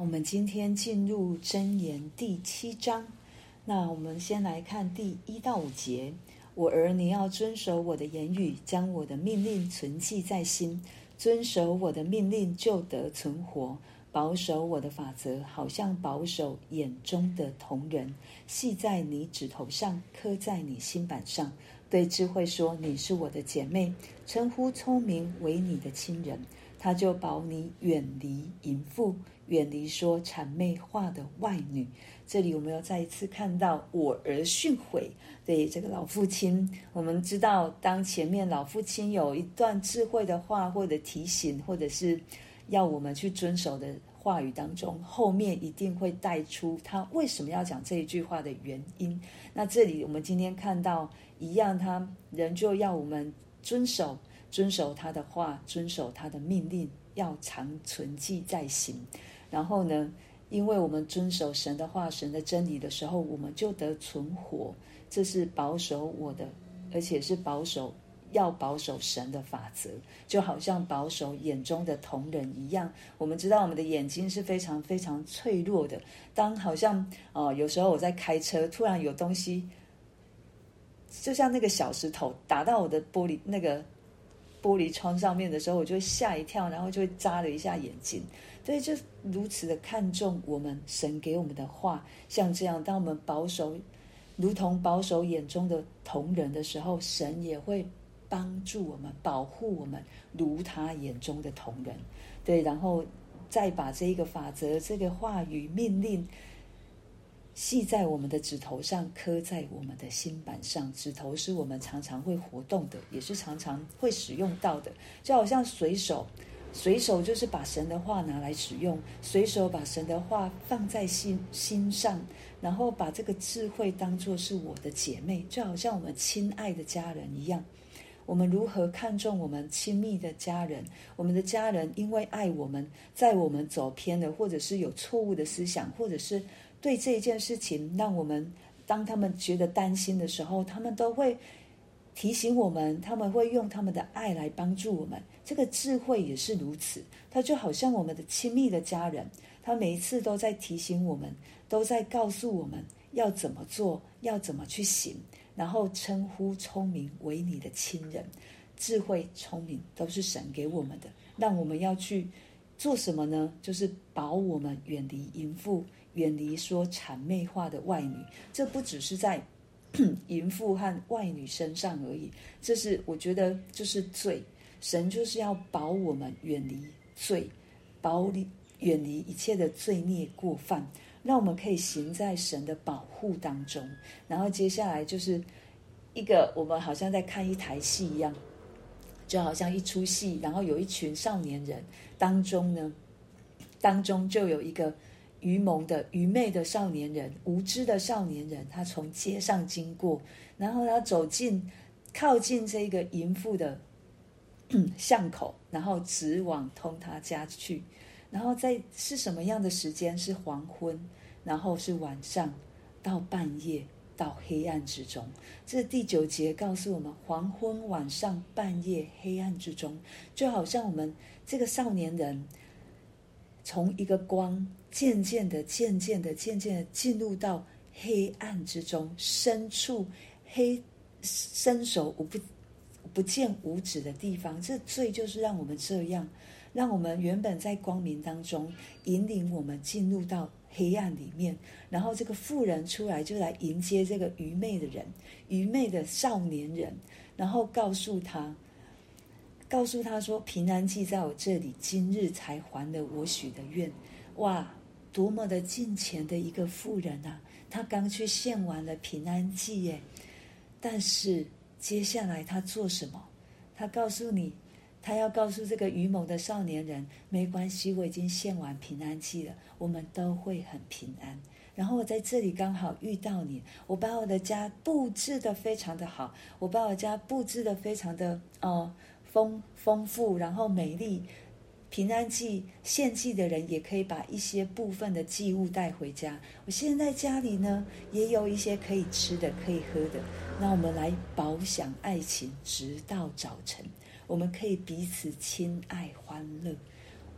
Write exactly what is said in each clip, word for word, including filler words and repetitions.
我们今天进入箴言第七章，那我们先来看第一到五节。我儿，你要遵守我的言语，将我的命令存记在心，遵守我的命令就得存活，保守我的法则，好像保守眼中的瞳人，系在你指头上，刻在你心板上。对智慧说，你是我的姐妹，称呼聪明为你的亲人，他就保你远离淫妇，远离说谄媚话的外女。这里我们要再一次看到我儿训诲，对这个老父亲，我们知道当前面老父亲有一段智慧的话，或者提醒，或者是要我们去遵守的话语当中，后面一定会带出他为什么要讲这一句话的原因。那这里我们今天看到一样，他仍旧要我们遵守遵守他的话，遵守他的命令，要常存记在心。然后呢，因为我们遵守神的话，神的真理的时候，我们就得存活。这是保守我的，而且是保守要保守神的法则，就好像保守眼中的瞳人一样。我们知道我们的眼睛是非常非常脆弱的，当好像、呃、有时候我在开车，突然有东西就像那个小石头打到我的玻璃那个玻璃窗上面的时候，我就会吓一跳，然后就会眨了一下眼睛。所以就如此的看重我们神给我们的话，像这样当我们保守如同保守眼中的瞳人的时候，神也会帮助我们，保护我们，如他眼中的瞳人。对，然后再把这一个法则，这个话语命令系在我们的指头上，刻在我们的心板上。指头是我们常常会活动的，也是常常会使用到的，就好像随手随手就是把神的话拿来使用，随手把神的话放在心心上，然后把这个智慧当作是我的姐妹，就好像我们亲爱的家人一样。我们如何看重我们亲密的家人，我们的家人因为爱我们，在我们走偏了，或者是有错误的思想，或者是对这一件事情让我们当他们觉得担心的时候，他们都会提醒我们，他们会用他们的爱来帮助我们。这个智慧也是如此，它就好像我们的亲密的家人，他每一次都在提醒我们，都在告诉我们要怎么做，要怎么去行，然后称呼聪明为你的亲人。智慧聪明都是神给我们的，让我们要去做什么呢？就是保我们远离淫妇，远离说谄媚话的外女。这不只是在淫妇和外女身上而已，这是我觉得就是罪。神就是要保我们远离罪，保离远离一切的罪孽过犯，让我们可以行在神的保护当中。然后接下来就是一个我们好像在看一台戏一样，就好像一出戏，然后有一群少年人当中呢，当中就有一个愚蒙的愚昧的少年人，无知的少年人，他从街上经过，然后他走近靠近这个淫妇的巷口，然后直往通他家去。然后在是什么样的时间？是黄昏，然后是晚上，到半夜，到黑暗之中。这第九节告诉我们，黄昏、晚上、半夜、黑暗之中，就好像我们这个少年人从一个光渐渐的渐渐的渐渐的进入到黑暗之中，深处黑伸手不不见五指的地方。这罪就是让我们这样，让我们原本在光明当中，引领我们进入到黑暗里面。然后这个妇人出来，就来迎接这个愚昧的人，愚昧的少年人，然后告诉他告诉他说，平安祭在我这里，今日才还了我许的愿。哇，多么的敬虔的一个妇人啊，她刚去献完了平安祭耶。但是接下来他做什么？他告诉你，他要告诉这个愚蒙的少年人，没关系，我已经献完平安祭了，我们都会很平安。然后我在这里刚好遇到你，我把我的家布置得非常的好，我把我家布置得非常的呃丰丰富，然后美丽。平安祭献祭的人也可以把一些部分的祭物带回家。我现在家里呢，也有一些可以吃的，可以喝的。那我们来饱享爱情，直到早晨。我们可以彼此亲爱欢乐。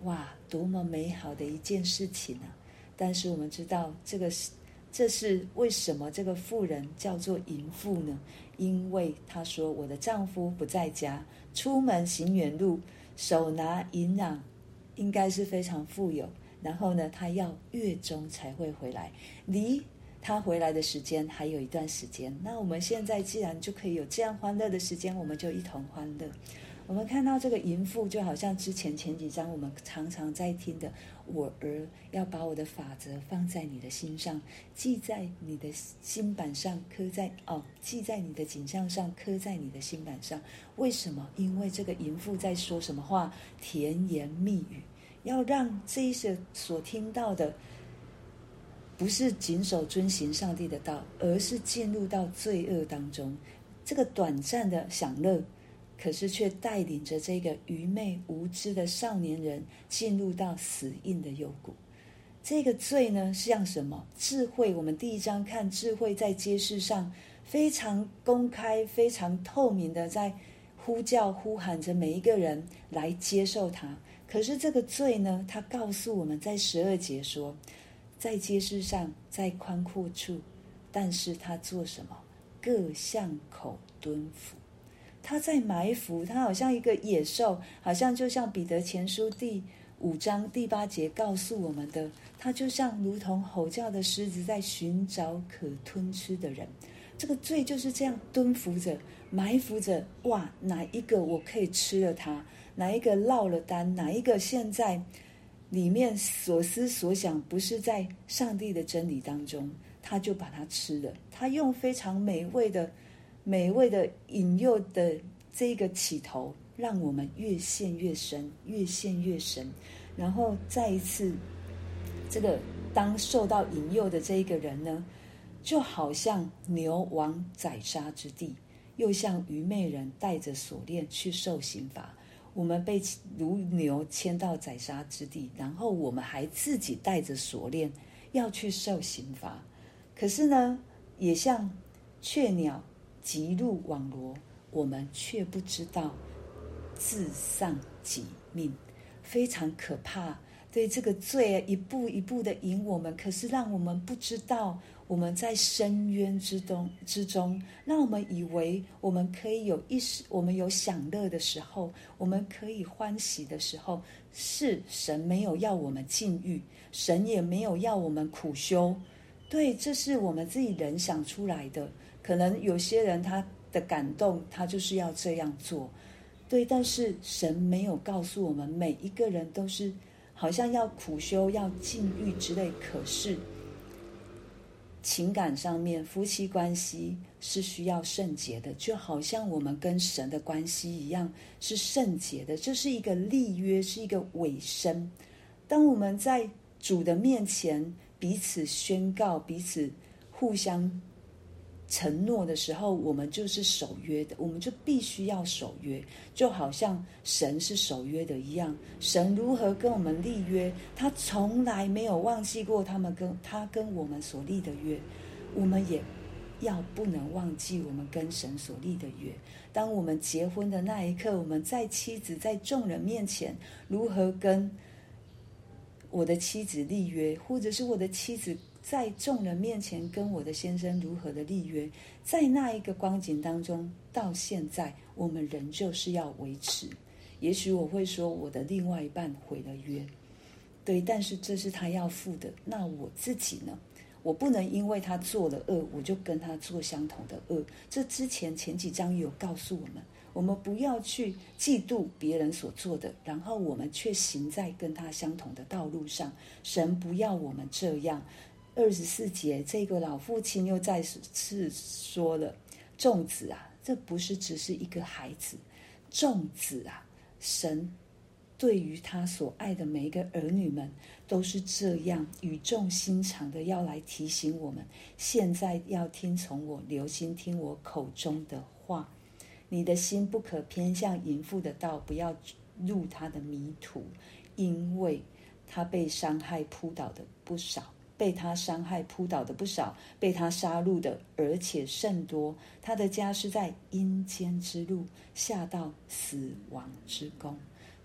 哇，多么美好的一件事情啊！但是我们知道，这个是这是为什么这个妇人叫做淫妇呢？因为她说我的丈夫不在家，出门行远路，手拿银两，应该是非常富有。然后呢，他要月中才会回来，离他回来的时间还有一段时间。那我们现在既然就可以有这样欢乐的时间，我们就一同欢乐。我们看到这个淫妇，就好像之前前几章我们常常在听的，我儿要把我的法则放在你的心上，记在你的心板上，刻在哦，记在你的颈项上，刻在你的心板上。为什么？因为这个淫妇在说什么话？甜言蜜语，要让这一些所听到的不是谨守遵行上帝的道，而是进入到罪恶当中。这个短暂的享乐，可是却带领着这个愚昧无知的少年人进入到死荫的幽谷。这个罪呢，像什么？智慧。我们第一章看智慧在街市上非常公开、非常透明的在呼叫、呼喊着每一个人来接受他。可是这个罪呢，他告诉我们在十二节说，在街市上，在宽阔处，但是他做什么？各向口蹲伏。他在埋伏，他好像一个野兽，好像就像彼得前书第五章第八节告诉我们的，他就像如同吼叫的狮子，在寻找可吞吃的人。这个罪就是这样蹲伏着、埋伏着，哇，哪一个我可以吃了它？哪一个落了单？哪一个现在里面所思所想不是在上帝的真理当中，他就把它吃了。他用非常美味的、美味的引诱的这个起头，让我们越陷越深，越陷越深。然后再一次，这个当受到引诱的这一个人呢，就好像牛往宰杀之地，又像愚昧人带着锁链去受刑罚。我们被如牛牵到宰杀之地，然后我们还自己带着锁链要去受刑罚。可是呢，也像雀鸟急入网罗，我们却不知道自丧己命，非常可怕。对，这个罪一步一步的引我们，可是让我们不知道我们在深渊之中之中，让我们以为我们可以有一时，我们有享乐的时候，我们可以欢喜的时候，是神没有要我们禁欲，神也没有要我们苦修。对，这是我们自己人想出来的。可能有些人他的感动，他就是要这样做。对，但是神没有告诉我们，每一个人都是好像要苦修、要禁欲之类。可是情感上面，夫妻关系是需要圣洁的，就好像我们跟神的关系一样，是圣洁的。这是一个立约，是一个委身。当我们在主的面前彼此宣告、彼此互相承诺的时候，我们就是守约的，我们就必须要守约，就好像神是守约的一样。神如何跟我们立约，他从来没有忘记过他们跟他跟我们所立的约，我们也要不能忘记我们跟神所立的约。当我们结婚的那一刻，我们在妻子在众人面前如何跟我的妻子立约，或者是我的妻子在众人面前跟我的先生如何的立约，在那一个光景当中，到现在我们仍旧是要维持。也许我会说我的另外一半毁了约，对，但是这是他要付的。那我自己呢？我不能因为他做了恶，我就跟他做相同的恶。这之前前几章有告诉我们，我们不要去嫉妒别人所做的，然后我们却行在跟他相同的道路上。神不要我们这样。二十四节，这个老父亲又再次说了，众子啊，这不是只是一个孩子，众子啊，神对于他所爱的每一个儿女们都是这样语重心长的要来提醒我们，现在要听从我，留心听我口中的话。你的心不可偏向淫妇的道，不要入他的迷途，因为他被伤害扑倒的不少，被他伤害扑倒的不少，被他杀戮的而且甚多。他的家是在阴间之路，下到死亡之宫。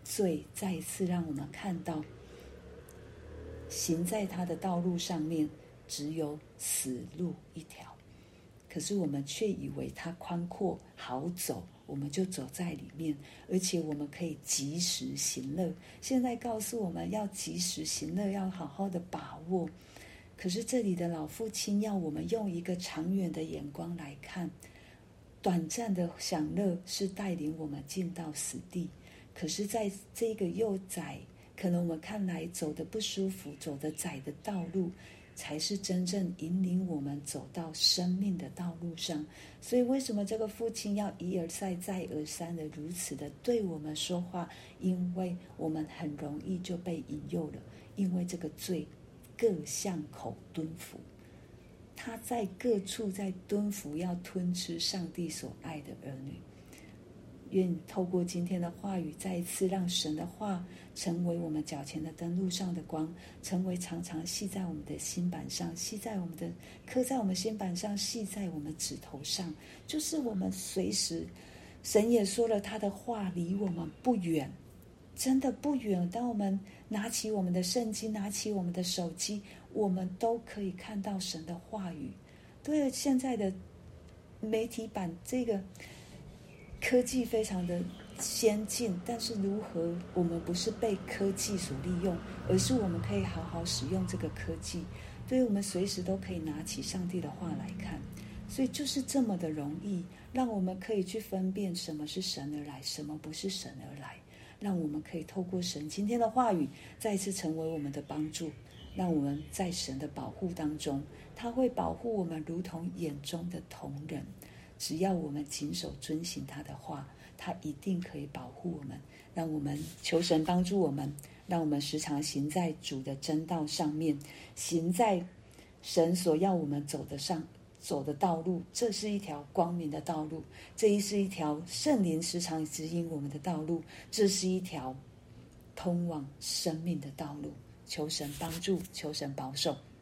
罪再一次让我们看到，行在他的道路上面只有死路一条。可是我们却以为它宽阔好走，我们就走在里面，而且我们可以及时行乐。现在告诉我们要及时行乐，要好好的把握。可是这里的老父亲要我们用一个长远的眼光来看，短暂的享乐是带领我们进到死地，可是在这个又窄，可能我们看来走得不舒服，走得窄的道路，才是真正引领我们走到生命的道路上。所以为什么这个父亲要一而再再而三的如此的对我们说话？因为我们很容易就被引诱了，因为这个罪各巷口蹲伏，他在各处在蹲伏，要吞吃上帝所爱的儿女。愿透过今天的话语，再一次让神的话成为我们脚前的灯，路上的光，成为常常系在我们的心板上，系在我们的刻在我们心板上，系在我们指头上，就是我们随时，神也说了，他的话离我们不远，真的不远。当我们拿起我们的圣经，拿起我们的手机，我们都可以看到神的话语。对了，现在的媒体版这个科技非常的先进，但是如何我们不是被科技所利用，而是我们可以好好使用这个科技。对，我们随时都可以拿起上帝的话来看，所以就是这么的容易，让我们可以去分辨什么是神而来，什么不是神而来，让我们可以透过神今天的话语再一次成为我们的帮助，让我们在神的保护当中，他会保护我们如同眼中的瞳人。只要我们谨守遵行他的话，他一定可以保护我们。让我们求神帮助我们，让我们时常行在主的真道上面，行在神所要我们走的上走的道路。这是一条光明的道路，这是一条圣灵时常指引我们的道路，这是一条通往生命的道路。求神帮助，求神保守。